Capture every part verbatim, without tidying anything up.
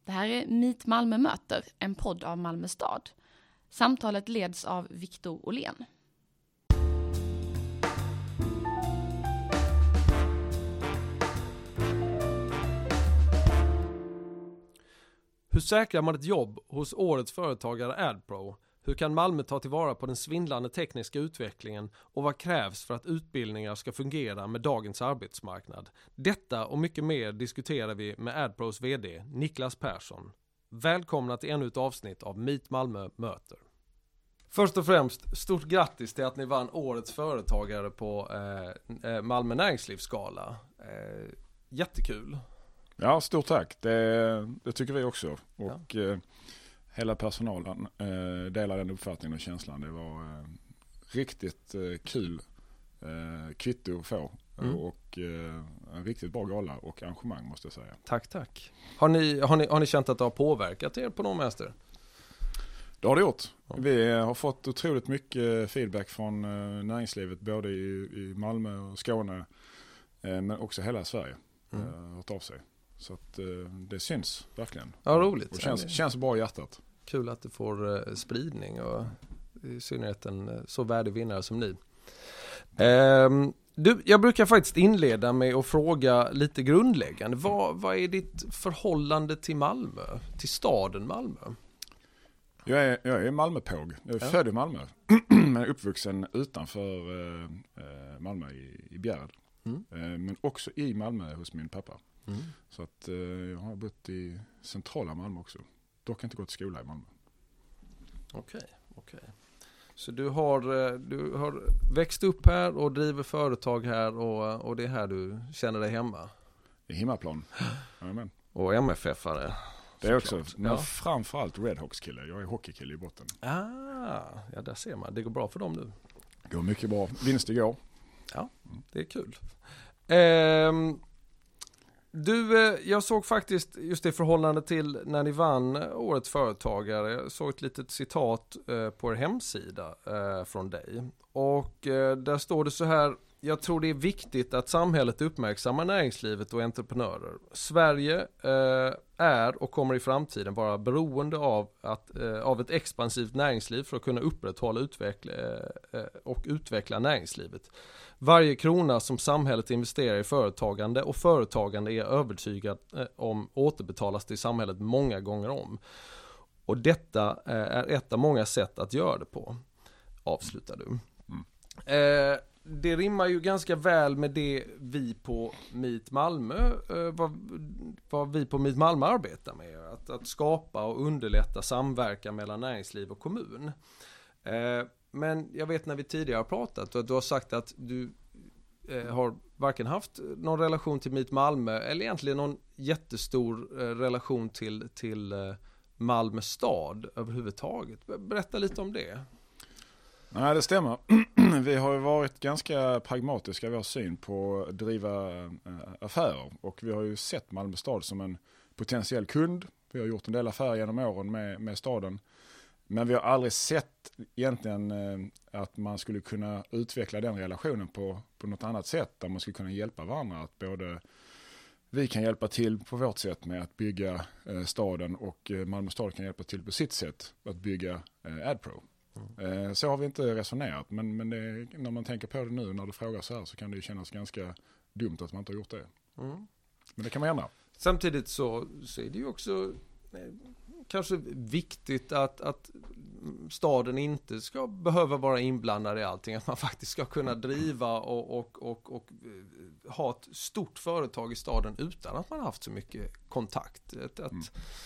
Det här är Meet Malmö möter, en podd av Malmö stad. Samtalet leds av Viktor Åhlén. Hur säkrar man ett jobb hos årets företagare AdPro? Hur kan Malmö ta tillvara på den svindlande tekniska utvecklingen och vad krävs för att utbildningar ska fungera med dagens arbetsmarknad? Detta och mycket mer diskuterar vi med AdPros vd Niklas Persson. Välkomna till ännu ett avsnitt av Meet Malmö möter. Först och främst, stort grattis till att ni vann årets företagare på eh, Malmö näringslivsskala. Eh, jättekul. Ja, stort tack. Det, det tycker vi också. Och ja. eh, hela personalen eh, delar den uppfattningen och känslan. Det var eh, riktigt eh, kul eh, kvitto att få. Mm. Och eh, en riktigt bra gala och arrangemang måste jag säga. Tack, tack. Har ni, har ni, har ni känt att det har påverkat er på någon mäster? Det har det gjort. Ja. Vi har fått otroligt mycket feedback från eh, näringslivet både i, i Malmö och Skåne eh, men också hela Sverige mm. eh, hört av sig. Så att eh, det syns verkligen. Ja, roligt. Och känns, känns bra i hjärtat. Kul att det får eh, spridning och i synnerhet en eh, så värdig vinnare som ni. Eh, du, jag brukar faktiskt inleda med att fråga lite grundläggande. Vad, vad är ditt förhållande till Malmö? Till staden Malmö? Jag är, jag är Malmöpåg. Jag är ja. född i Malmö. Men uppvuxen utanför eh, Malmö i, i Bjärred. Mm. Eh, men också i Malmö hos min pappa. Mm. Så att eh, jag har bott i centrala Malmö också. Dock inte gått i skola i Malmö. Okej, okay, okej. Okay. Så du har, du har växt upp här och driver företag här och, och det är här du känner dig hemma? I hemmaplan. Amen. Och M F F-are. Det är också, men ja. framförallt Redhawks-kille. Jag är hockeykille i botten. Ah, ja där ser man. Det går bra för dem nu. Det går mycket bra. Vinst igår. Ja, det är kul. Ehm... Du, jag såg faktiskt just det förhållande till när ni vann årets företagare. Jag såg ett litet citat på er hemsida från dig. Och där står det så här: jag tror det är viktigt att samhället uppmärksammar näringslivet och entreprenörer. Sverige är och kommer i framtiden vara beroende av, att, av ett expansivt näringsliv för att kunna upprätthålla utveckla, och utveckla näringslivet. Varje krona som samhället investerar i företagande och företagande är övertygad om återbetalas till samhället många gånger om. Och detta är ett av många sätt att göra det på, avslutar du. Mm. Eh, det rimmar ju ganska väl med det vi på Meet Malmö, eh, vad, vad vi på Meet Malmö arbetar med. Att, att skapa och underlätta samverkan mellan näringsliv och kommun. Eh, Men jag vet när vi tidigare har pratat och du har sagt att du eh, har varken haft någon relation till Meet Malmö eller egentligen någon jättestor eh, relation till, till eh, Malmö stad överhuvudtaget. Berätta lite om det. Nej, det stämmer. Vi har ju varit ganska pragmatiska i vår syn på att driva äh, affärer och vi har ju sett Malmö stad som en potentiell kund. Vi har gjort en del affärer genom åren med, med staden. Men vi har aldrig sett egentligen eh, att man skulle kunna utveckla den relationen på, på något annat sätt där man skulle kunna hjälpa varandra. Att både vi kan hjälpa till på vårt sätt med att bygga eh, staden och eh, Malmö stad kan hjälpa till på sitt sätt att bygga eh, AdPro. Mm. Eh, så har vi inte resonerat men, men det, när man tänker på det nu när du frågar så här så kan det ju kännas ganska dumt att man inte har gjort det. Mm. Men det kan man ändra. Samtidigt så, så är det ju också kanske viktigt att, att staden inte ska behöva vara inblandad i allting. Att man faktiskt ska kunna driva och, och, och, och ha ett stort företag i staden utan att man har haft så mycket kontakt. Att, att mm.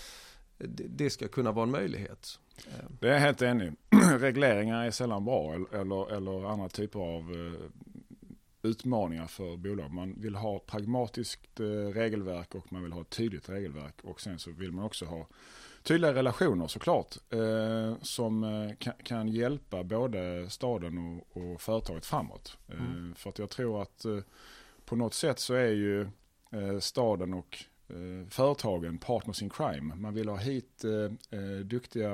det ska kunna vara en möjlighet. Det är helt enig. Regleringar är sällan bra eller, eller andra typer av utmaningar för bolag. Man vill ha pragmatiskt regelverk och man vill ha ett tydligt regelverk och sen så vill man också ha tydliga relationer såklart eh, som eh, kan, kan hjälpa både staden och, och företaget framåt. Mm. Eh, för att jag tror att eh, på något sätt så är ju eh, staden och eh, företagen partners in crime. Man vill ha hit eh, eh, duktiga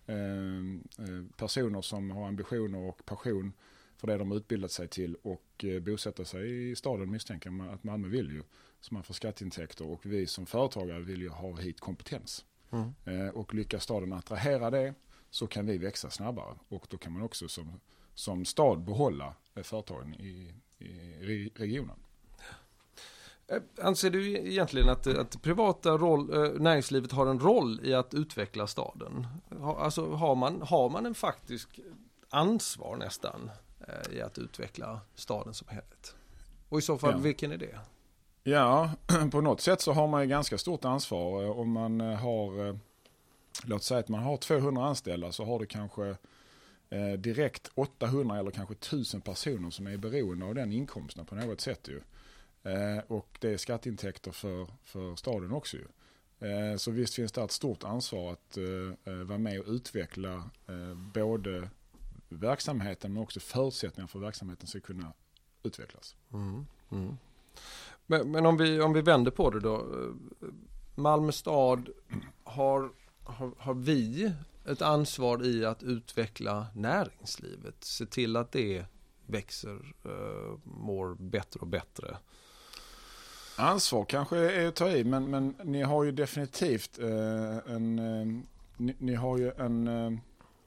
eh, personer som har ambitioner och passion för det de utbildat sig till och eh, bosätta sig i staden misstänker man att Malmö vill ju. Så man får skatteintäkter och vi som företagare vill ju ha hit kompetens. Mm. Eh, och lyckas staden attrahera det, så kan vi växa snabbare. Och då kan man också som, som stad behålla eh, företagen i, i regionen. Anser du egentligen att, att privata roll, näringslivet har en roll i att utveckla staden? Alltså har man, har man en faktisk ansvar nästan i att utveckla staden som helhet? Och i så fall, ja. Vilken är det? Ja, på något sätt så har man ju ganska stort ansvar. Om man har, låt säga att man har tvåhundra anställda, så har du kanske direkt åttahundra eller kanske tusen personer som är beroende av den inkomsten på något sätt ju. Eh, och det är skatteintäkter för, för staden också ju. Eh, så visst finns det ett stort ansvar att eh, vara med och utveckla eh, både verksamheten men också förutsättningar för verksamheten ska kunna utvecklas. Mm, mm. Men, men om, vi, om vi vänder på det då. Malmö stad, har, har, har vi ett ansvar i att utveckla näringslivet? Se till att det växer, eh, mår bättre och bättre? Ansvar kanske är att ta i, men, men ni har ju definitivt eh, en, eh, ni, ni har ju en, eh,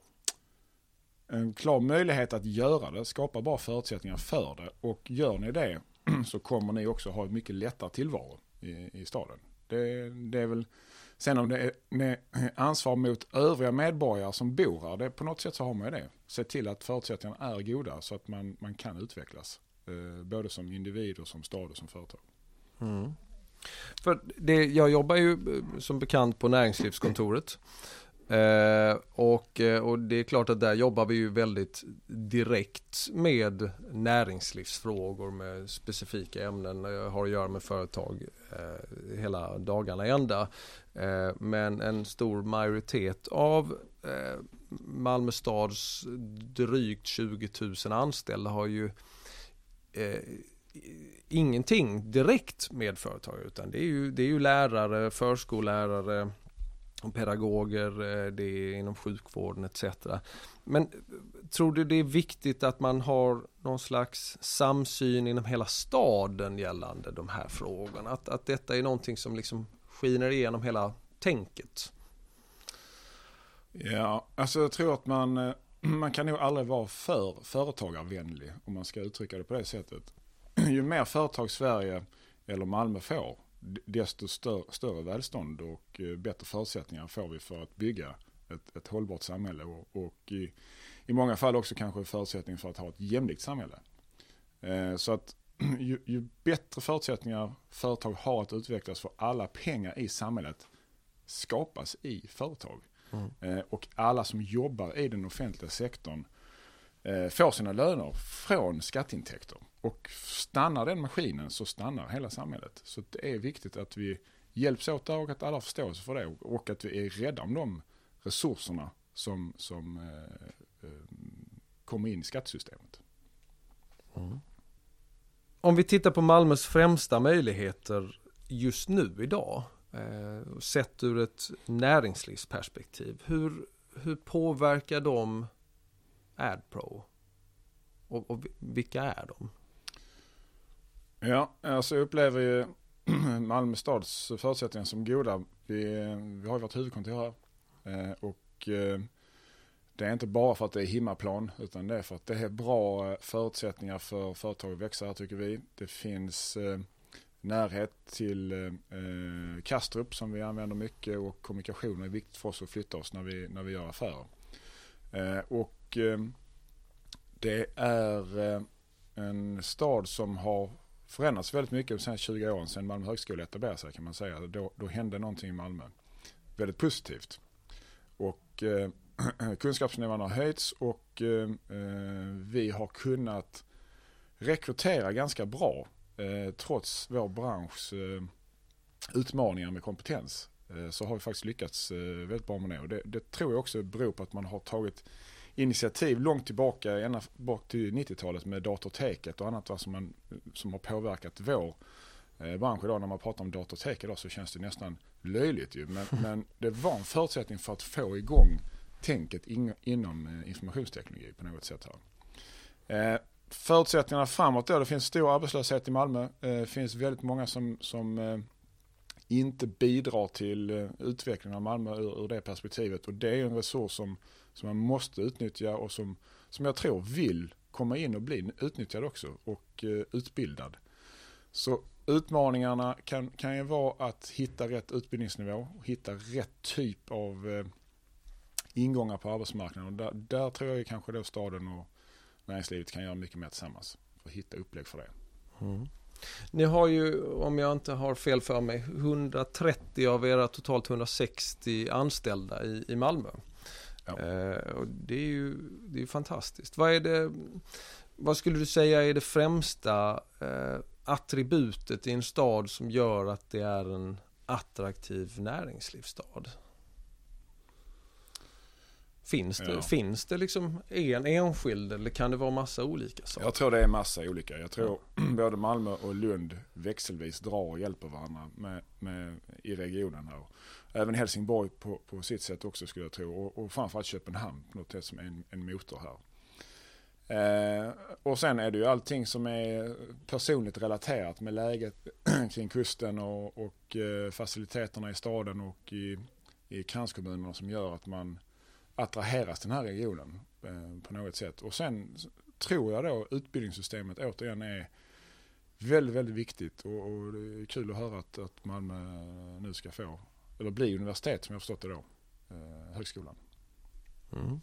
en klar möjlighet att göra det, skapa bra förutsättningar för det, och gör ni det så kommer ni också ha mycket lättare tillvaro i, i staden. Det, det är väl, sen om det är med ansvar mot övriga medborgare som bor här, det, på något sätt så har man ju det. Se till att förutsättningarna är goda så att man, man kan utvecklas, eh, både som individ och som stad och som företag. Mm. För det, jag jobbar ju som bekant på näringslivskontoret eh, och, och det är klart att där jobbar vi ju väldigt direkt med näringslivsfrågor, med specifika ämnen. Jag har att göra med företag eh, hela dagarna ända, eh, men en stor majoritet av eh, Malmö stads drygt tjugo tusen anställda har ju eh, ingenting direkt med företag, utan det är ju, det är ju lärare, förskollärare, pedagoger, det är inom sjukvården et cetera. Men tror du det är viktigt att man har någon slags samsyn inom hela staden gällande de här frågorna? Att, att detta är någonting som liksom skiner igenom hela tänket? Ja, alltså jag tror att man, man kan nog aldrig vara för företagarvänlig, om man ska uttrycka det på det sättet. Ju mer företag Sverige eller Malmö får, desto större, större välstånd och bättre förutsättningar får vi för att bygga ett, ett hållbart samhälle och, och i, i många fall också kanske förutsättningar för att ha ett jämlikt samhälle. Eh, så att ju, ju bättre förutsättningar företag har att utvecklas, för alla pengar i samhället skapas i företag. Mm. Eh, och alla som jobbar i den offentliga sektorn eh, får sina löner från skatteintäkter. Och stannar den maskinen så stannar hela samhället. Så det är viktigt att vi hjälps åt och att alla förstår sig för det. Och att vi är rädda om de resurserna som, som eh, eh, kommer in i skattesystemet. Mm. Om vi tittar på Malmös främsta möjligheter just nu idag, eh, sett ur ett näringslivsperspektiv, hur, hur påverkar de AdPro? Och, och vilka är de? Ja, alltså jag upplever ju Malmö stads förutsättningar som goda. Vi, vi har ju varit huvudkontor här eh, och eh, det är inte bara för att det är hemmaplan, utan det är för att det är bra förutsättningar för företag att växa här, tycker vi. Det finns eh, närhet till eh, Kastrup som vi använder mycket, och kommunikation är viktigt för oss att flytta oss när vi, när vi gör affärer. Eh, och eh, det är eh, en stad som har förändrats väldigt mycket de senaste tjugo åren sedan Malmö högskola etablerade sig, kan man säga. Då, då hände någonting i Malmö väldigt positivt. Och eh, kunskapsnivån har höjts och eh, vi har kunnat rekrytera ganska bra eh, trots vår branschs eh, utmaningar med kompetens. Eh, så har vi faktiskt lyckats eh, väldigt bra med det. Och det, det tror jag också beror på att man har tagit initiativ långt tillbaka, ända bak till nittiotalet med datorteket och annat som, man, som har påverkat vår eh, bransch idag. När man pratar om datortek idag så känns det nästan löjligt ju. Men, men det var en förutsättning för att få igång tänket in, inom eh, informationsteknologi på något sätt här. Eh, förutsättningarna framåt då, det finns stor arbetslöshet i Malmö. Det eh, finns väldigt många som, som eh, inte bidrar till uh, utvecklingen av Malmö ur, ur det perspektivet. Och det är en resurs som, som man måste utnyttja och som, som jag tror vill komma in och bli utnyttjad också och uh, utbildad. Så utmaningarna kan, kan ju vara att hitta rätt utbildningsnivå, hitta rätt typ av uh, ingångar på arbetsmarknaden. Och där, där tror jag kanske då staden och näringslivet kan göra mycket mer tillsammans för att hitta upplägg för det. Mm. Ni har ju, om jag inte har fel för mig, hundratrettio av era totalt hundrasextio anställda i, i Malmö. Ja. Eh, och det är ju det är fantastiskt. Vad är det, vad skulle du säga är det främsta eh, attributet i en stad som gör att det är en attraktiv näringslivsstad? Finns det, ja. finns det liksom en enskild eller kan det vara massa olika saker? Jag tror det är massa olika. Jag tror ja. både Malmö och Lund växelvis drar och hjälper varandra med, med, i regionen här. Även Helsingborg på, på sitt sätt också skulle jag tro. Och, och framförallt Köpenhamn på något sätt som en, en motor här. Eh, och sen är det ju allting som är personligt relaterat med läget kring kusten och, och eh, faciliteterna i staden och i, i kranskommunerna som gör att man attraheras den här regionen eh, på något sätt. Och sen tror jag då utbildningssystemet återigen är väldigt, väldigt viktigt och, och det är kul att höra att, att Malmö nu ska få, eller bli universitet som jag har förstått det då, eh, högskolan. Mm.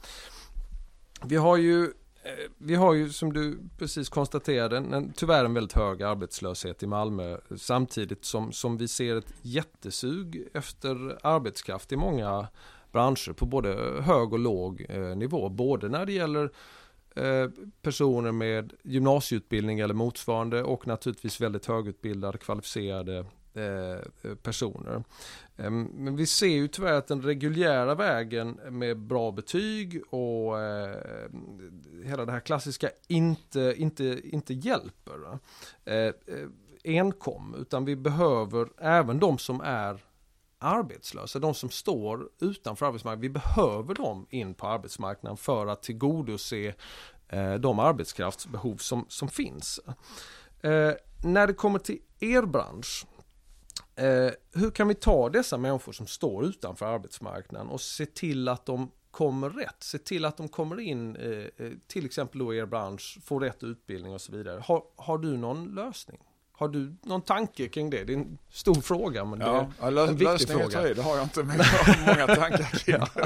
Vi har ju Vi har ju som du precis konstaterade en, tyvärr en väldigt hög arbetslöshet i Malmö samtidigt som, som vi ser ett jättesug efter arbetskraft i många branscher på både hög och låg eh, nivå. Både när det gäller eh, personer med gymnasieutbildning eller motsvarande och naturligtvis väldigt högutbildade, kvalificerade eh, personer. Eh, men vi ser ju tyvärr att den reguljära vägen med bra betyg och eh, hela det här klassiska inte, inte, inte hjälper eh, enkom, utan vi behöver även de som är arbetslösa, de som står utanför arbetsmarknaden, vi behöver dem in på arbetsmarknaden för att tillgodose eh, de arbetskraftsbehov som, som finns. Eh, när det kommer till er bransch, eh, hur kan vi ta dessa människor som står utanför arbetsmarknaden och se till att de kommer rätt, se till att de kommer in eh, till exempel då i er bransch, får rätt utbildning och så vidare. Har, har du någon lösning? Har du någon tanke kring det? Det är en stor fråga, men ja, det är en lö- viktig fråga. Det, det har jag inte, men jag har många tankar kring det.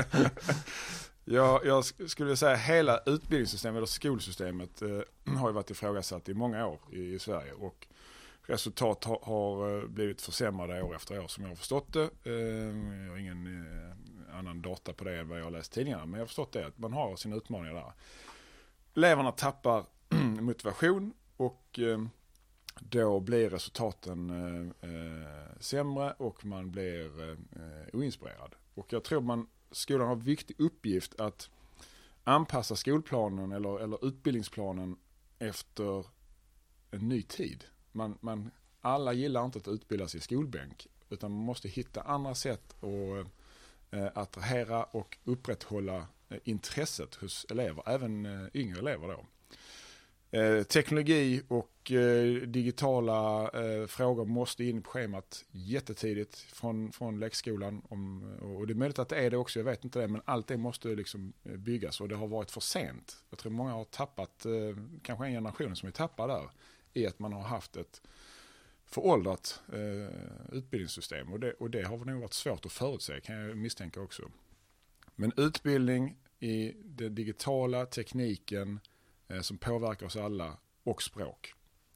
jag, jag skulle säga hela utbildningssystemet eller skolsystemet eh, har ju varit ifrågasatt i många år i, i Sverige och resultat har, har blivit försämrade år efter år som jag har förstått det. Eh, jag har ingen eh, annan data på det än vad jag har läst tidigare, men jag har förstått det att man har sina utmaningar där. Eleverna tappar motivation och eh, då blir resultaten eh, eh, sämre och man blir eh, oinspirerad. Och jag tror man skolan har en viktig uppgift att anpassa skolplanen eller, eller utbildningsplanen efter en ny tid. Man, man, alla gillar inte att utbilda sig i skolbänk utan man måste hitta andra sätt att eh, attrahera och upprätthålla eh, intresset hos elever, även eh, yngre elever då. Eh, teknologi och eh, digitala eh, frågor måste in på schemat jättetidigt från, från lekskolan. Om, och det är möjligt att det är det också, jag vet inte det, men allt det måste liksom byggas och det har varit för sent. Jag tror många har tappat, eh, kanske en generation som är tappad där, i att man har haft ett föråldrat eh, utbildningssystem och det, och det har nog varit svårt att förutse, kan jag misstänka också. Men utbildning i den digitala tekniken som påverkar oss alla och språk.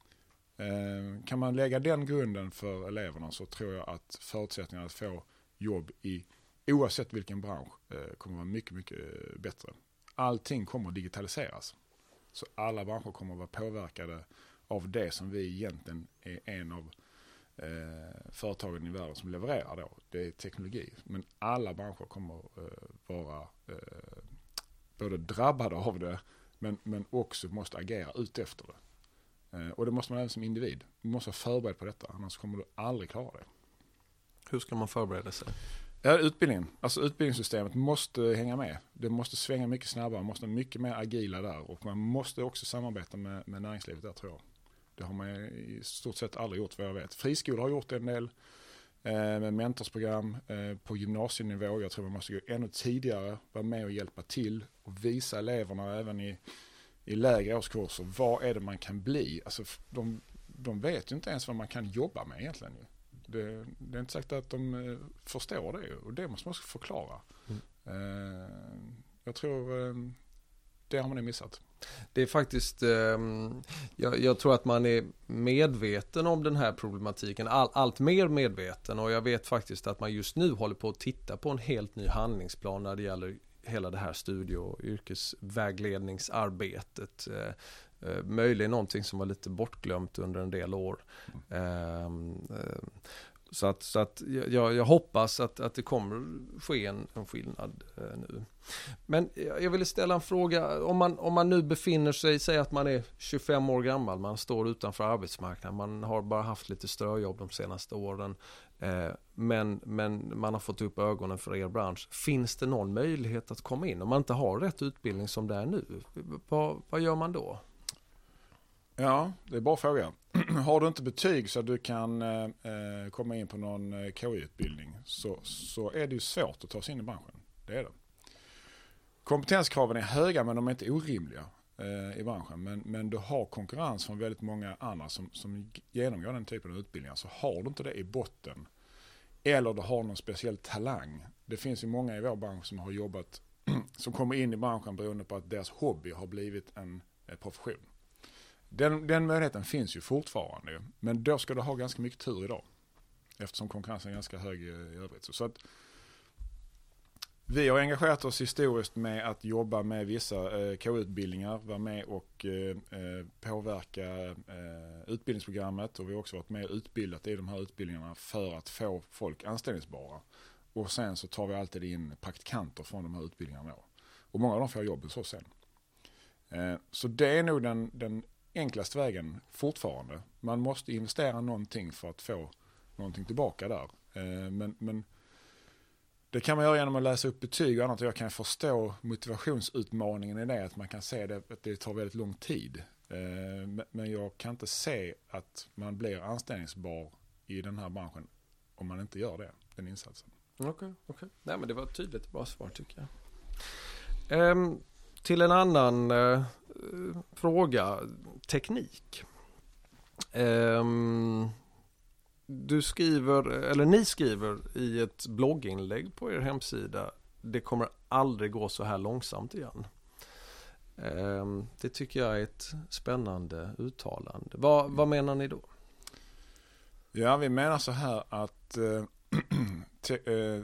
Eh, kan man lägga den grunden för eleverna så tror jag att förutsättningarna att få jobb i oavsett vilken bransch eh, kommer vara mycket, mycket bättre. Allting kommer att digitaliseras. Så alla branscher kommer att vara påverkade av det som vi egentligen är en av eh, företagen i världen som levererar då. Det är teknologi. Men alla branscher kommer eh, vara eh, både drabbade av det Men, men också måste agera ut efter det. Eh, och det måste man även som individ. Man måste vara förberedd på detta, annars kommer du aldrig klara det. Hur ska man förbereda sig? Ja, utbildningen. Alltså utbildningssystemet måste hänga med. Det måste svänga mycket snabbare, man måste vara mycket mer agila där. Och man måste också samarbeta med, med näringslivet där tror jag. Det har man i stort sett aldrig gjort vad jag vet. Friskolor har gjort en del. med mentorsprogram på gymnasienivå. Jag tror man måste gå ännu tidigare, vara med och hjälpa till och visa eleverna även i, i lägre årskurser vad är det man kan bli. Alltså de, de vet ju inte ens vad man kan jobba med egentligen. Det, det är inte sagt att de förstår det och det måste man också förklara. Mm. Jag tror det har man ju missat. Det är faktiskt, eh, jag, jag tror att man är medveten om den här problematiken, all, allt mer medveten, och jag vet faktiskt att man just nu håller på att titta på en helt ny handlingsplan när det gäller hela det här studie- och yrkesvägledningsarbetet. Eh, eh, möjligen någonting som var lite bortglömt under en del år. Mm. Eh, eh, Så att, så att jag, jag hoppas att, att det kommer ske en, en skillnad eh, nu. Men jag vill ställa en fråga. Om man, om man nu befinner sig, säg att man är tjugofem år gammal, man står utanför arbetsmarknaden, man har bara haft lite ströjobb de senaste åren, eh, men, men man har fått upp ögonen för er bransch. Finns det någon möjlighet att komma in om man inte har rätt utbildning som det är nu? Vad, vad gör man då? Ja, det är bara fråga. Har du inte betyg så att du kan eh, komma in på någon eh, K I-utbildning så, så är det ju svårt att ta sig in i branschen. Det är det. Kompetenskraven är höga men de är inte orimliga eh, i branschen. Men, men du har konkurrens från väldigt många andra som, som genomgår den typen av utbildningar. Så har du inte det i botten eller du har någon speciell talang. Det finns ju många i vår bransch som har jobbat som kommer in i branschen beroende på att deras hobby har blivit en, en profession. Den, den möjligheten finns ju fortfarande, men då ska du ha ganska mycket tur idag eftersom konkurrensen är ganska hög i, i övrigt. Så, så att vi har engagerat oss historiskt med att jobba med vissa eh, K U-utbildningar, vara med och eh, påverka eh, utbildningsprogrammet, och vi har också varit med och utbildat i de här utbildningarna för att få folk anställningsbara. Och sen så tar vi alltid in praktikanter från de här utbildningarna. Och många av dem får jobb hos oss sen. Eh, så det är nog den, den enklaste vägen fortfarande. Man måste investera någonting för att få någonting tillbaka där. Eh, men, men det kan man göra genom att läsa upp betyg och annat. Jag kan förstå motivationsutmaningen i det, att man kan se det, att det tar väldigt lång tid. Eh, men jag kan inte se att man blir anställningsbar i den här branschen om man inte gör det, den insatsen. Okej, okay, okej. Okay. Nej, men det var ett tydligt bra svar tycker jag. Um, till en annan uh, fråga, teknik. Um, du skriver, eller ni skriver i ett blogginlägg på er hemsida, det kommer aldrig gå så här långsamt igen. Um, det tycker jag är ett spännande uttalande. Vad, vad menar ni då? Ja, vi menar så här att uh, te, uh,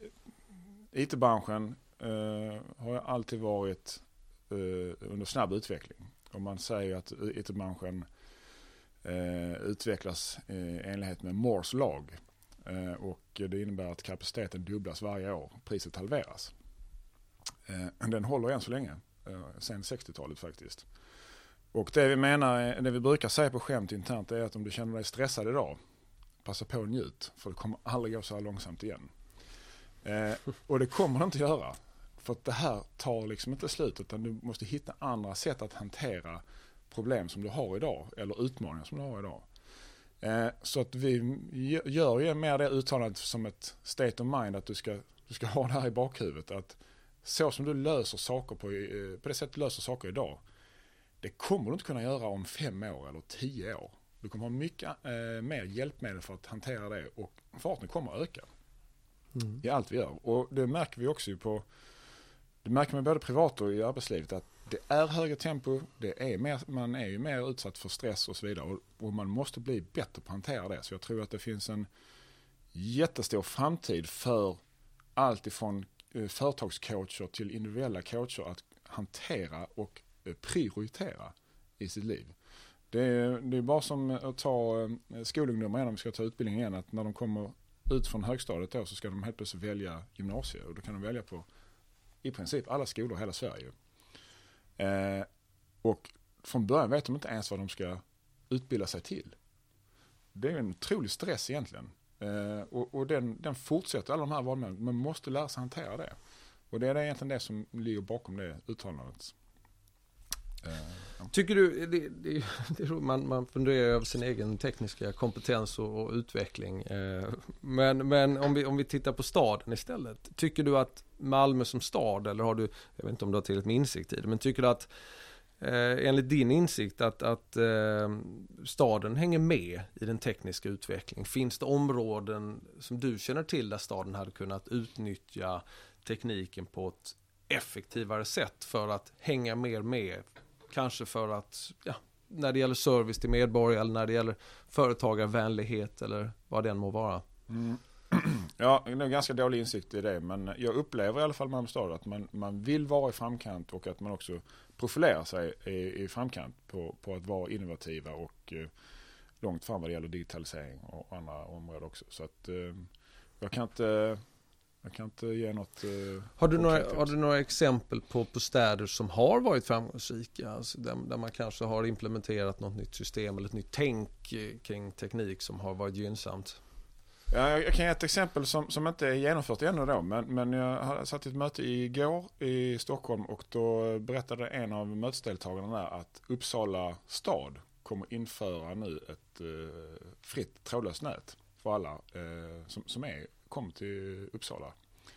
I T-branschen uh, har alltid varit uh, under snabb utveckling. Och man säger att I T-branschen uh, utvecklas i enlighet med Moores lag. Uh, och det innebär att kapaciteten dubblas varje år. Priset halveras. Uh, den håller än så länge. Uh, sen sextiotalet faktiskt. Och det vi menar, det vi brukar säga på skämt internt är att om du känner dig stressad idag, passa på och njut, för det kommer aldrig gå så här långsamt igen. Eh, och det kommer det inte göra. För att det här tar liksom inte slut, utan du måste hitta andra sätt att hantera problem som du har idag, eller utmaningar som du har idag. Eh, så att vi gör ju mer det uttalandet som ett state of mind, att du ska, du ska ha det här i bakhuvudet. Att så som du löser saker på, på det sättet du löser saker idag, det kommer du inte kunna göra om fem år eller tio år. Du kommer ha mycket eh, mer hjälpmedel för att hantera det, och farten kommer att öka mm. i allt vi gör. Och det märker vi också på, det märker man både privat och i arbetslivet, att det är högre tempo, det är mer, man är ju mer utsatt för stress och så vidare, och, och man måste bli bättre på att hantera det. Så jag tror att det finns en jättestor framtid för allt ifrån eh, företagscoacher till individuella coacher att hantera och eh, prioritera i sitt liv. Det är, det är bara som att ta skolungdomar när de ska ta utbildning igen, att när de kommer ut från högstadiet då, så ska de helt plötsligt välja gymnasiet, och då kan de välja på i princip alla skolor i hela Sverige. Eh, och från början vet de inte ens vad de ska utbilda sig till. Det är en otrolig stress egentligen. Eh, och och den, den fortsätter alla de här valmöjligheterna. Man måste lära sig hantera det. Och det är egentligen det som ligger bakom det uttalandet. Ja. Tycker du, det, det, det, man, man funderar över sin egen tekniska kompetens och, och utveckling. Men, men om, vi, om vi tittar på staden istället. Tycker du att Malmö som stad, eller har du, jag vet inte om du har tillräckligt med insikt i det, men tycker du att eh, enligt din insikt att, att eh, staden hänger med i den tekniska utvecklingen? Finns det områden som du känner till där staden hade kunnat utnyttja tekniken på ett effektivare sätt för att hänga mer med? Kanske för att, ja, när det gäller service till medborgare eller när det gäller företagarvänlighet eller vad det än må vara. Mm. Ja, det är en ganska dålig insikt i det, men jag upplever i alla fall Malmö stad att man, man vill vara i framkant och att man också profilerar sig i, i framkant på, på att vara innovativa och eh, långt fram vad det gäller digitalisering och andra områden också. Så att eh, jag kan inte... Jag kan inte ge något... Uh, har, du några, har du några exempel på, på städer som har varit framgångsrika? Alltså där, där man kanske har implementerat något nytt system eller ett nytt tänk kring teknik som har varit gynnsamt? Ja, jag, jag kan ge ett exempel som, som inte är genomfört ännu då. Men, men jag satt i ett möte igår i Stockholm och då berättade en av mötesdeltagarna där att Uppsala stad kommer införa nu ett uh, fritt trådlöst nät för alla uh, som, som är kom till Uppsala.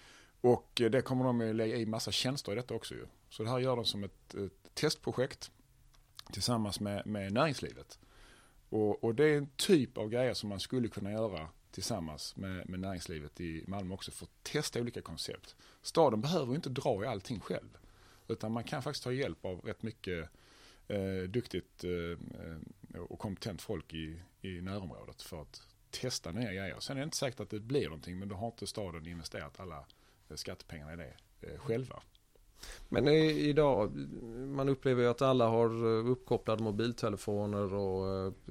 Och det kommer de att lägga i massa tjänster i detta också ju. Så det här gör de som ett, ett testprojekt tillsammans med, med näringslivet. Och, och det är en typ av grejer som man skulle kunna göra tillsammans med, med näringslivet i Malmö också för att testa olika koncept. Staden behöver inte dra i allting själv. Utan man kan faktiskt ta hjälp av rätt mycket eh, duktigt eh, och kompetent folk i, i närområdet för att testa nya grejer. Sen är det inte säkert att det blir någonting, men då har inte staden investerat alla skattepengarna i det eh, själva. Men i, idag, man upplever ju att alla har uppkopplade mobiltelefoner och eh,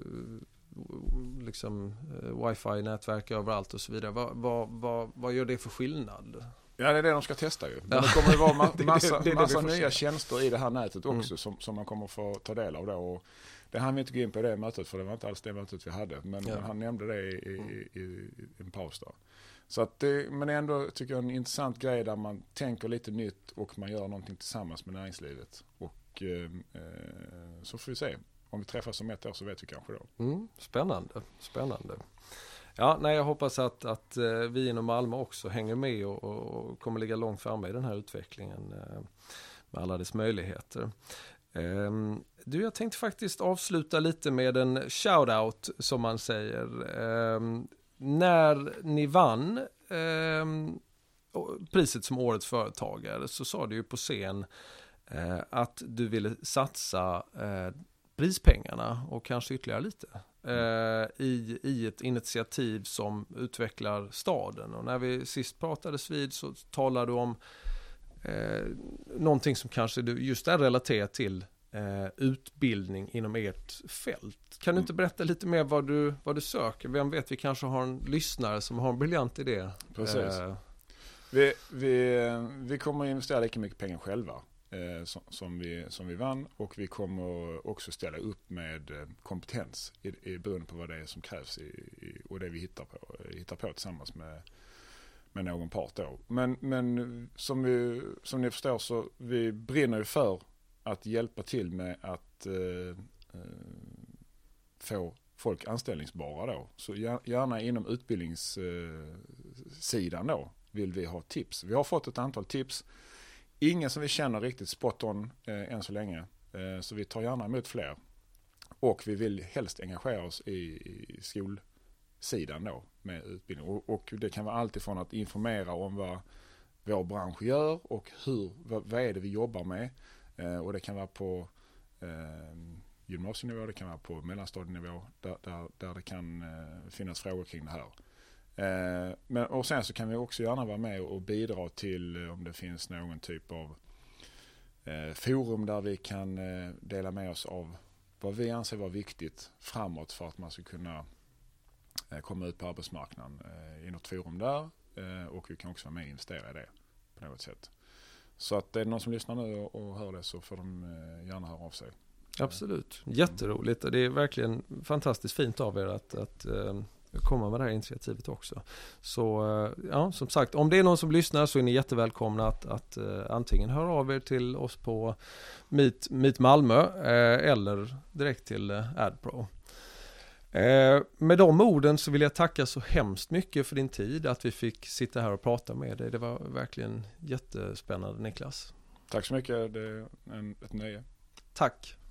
liksom eh, wifi-nätverk överallt och så vidare. Va, va, va, vad gör det för skillnad? Ja, det är det de ska testa ju. Men det kommer ju vara ma- massa, det, det, det massa nya nya tjänster i det här nätet också mm. som, som man kommer få ta del av då. Och det hann vi inte gå in på i det mötet för det var inte alls det mötet vi hade. Men, ja. men han nämnde det i, i, i, i en paus där. Så att det, men ändå tycker jag en intressant grej där man tänker lite nytt och man gör någonting tillsammans med näringslivet. Och eh, så får vi se. Om vi träffas om ett år så vet vi kanske då. Mm, spännande, spännande. Ja, nej, jag hoppas att, att vi inom Malmö också hänger med och, och kommer ligga långt framme i den här utvecklingen med alla dess möjligheter. Du, jag tänkte faktiskt avsluta lite med en shout-out som man säger. När ni vann priset som årets företagare så sa du ju på scen att du ville satsa prispengarna och kanske ytterligare lite eh, i, i ett initiativ som utvecklar staden. Och när vi sist pratades vid så talade du om eh, någonting som kanske du just är relaterat till eh, utbildning inom ert fält. Kan du inte berätta lite mer vad du, vad du söker? Vem vet, vi kanske har en lyssnare som har en briljant idé. Precis. Eh, vi, vi, vi kommer att investera lika mycket pengar själva. Som, som, vi, som vi vann och vi kommer också ställa upp med kompetens i, i beroende på vad det är som krävs i, i, och det vi hittar på, hittar på tillsammans med, med någon part då. Men, men som, vi, som ni förstår så vi brinner ju för att hjälpa till med att eh, få folk anställningsbara då. Så gärna inom utbildningssidan då vill vi ha tips. Vi har fått ett antal tips. Ingen som vi känner riktigt spot on eh, än så länge. Eh, så vi tar gärna emot fler. Och vi vill helst engagera oss i, i skolsidan då med utbildning. Och, och det kan vara allt ifrån att informera om vad vår bransch gör och hur, vad, vad är det vi jobbar med. Eh, och det kan vara på eh, gymnasienivå, det kan vara på mellanstadienivå där, där, där det kan eh, finnas frågor kring det här. Eh, men, och sen så kan vi också gärna vara med och bidra till eh, om det finns någon typ av eh, forum där vi kan eh, dela med oss av vad vi anser vara viktigt framåt för att man ska kunna eh, komma ut på arbetsmarknaden eh, i något forum där eh, och vi kan också vara med och investera i det på något sätt. Så att det är någon som lyssnar nu och, och hör det så får de eh, gärna höra av sig. Absolut, jätteroligt och det är verkligen fantastiskt fint av er att, att eh, komma med det här initiativet också. Så ja, som sagt, om det är någon som lyssnar så är ni jättevälkomna att, att uh, antingen höra av er till oss på Meet, Meet Malmö uh, eller direkt till uh, AdPro. Uh, med de orden så vill jag tacka så hemskt mycket för din tid, att vi fick sitta här och prata med dig. Det var verkligen jättespännande, Niklas. Tack så mycket, det är en, ett nöje. Tack.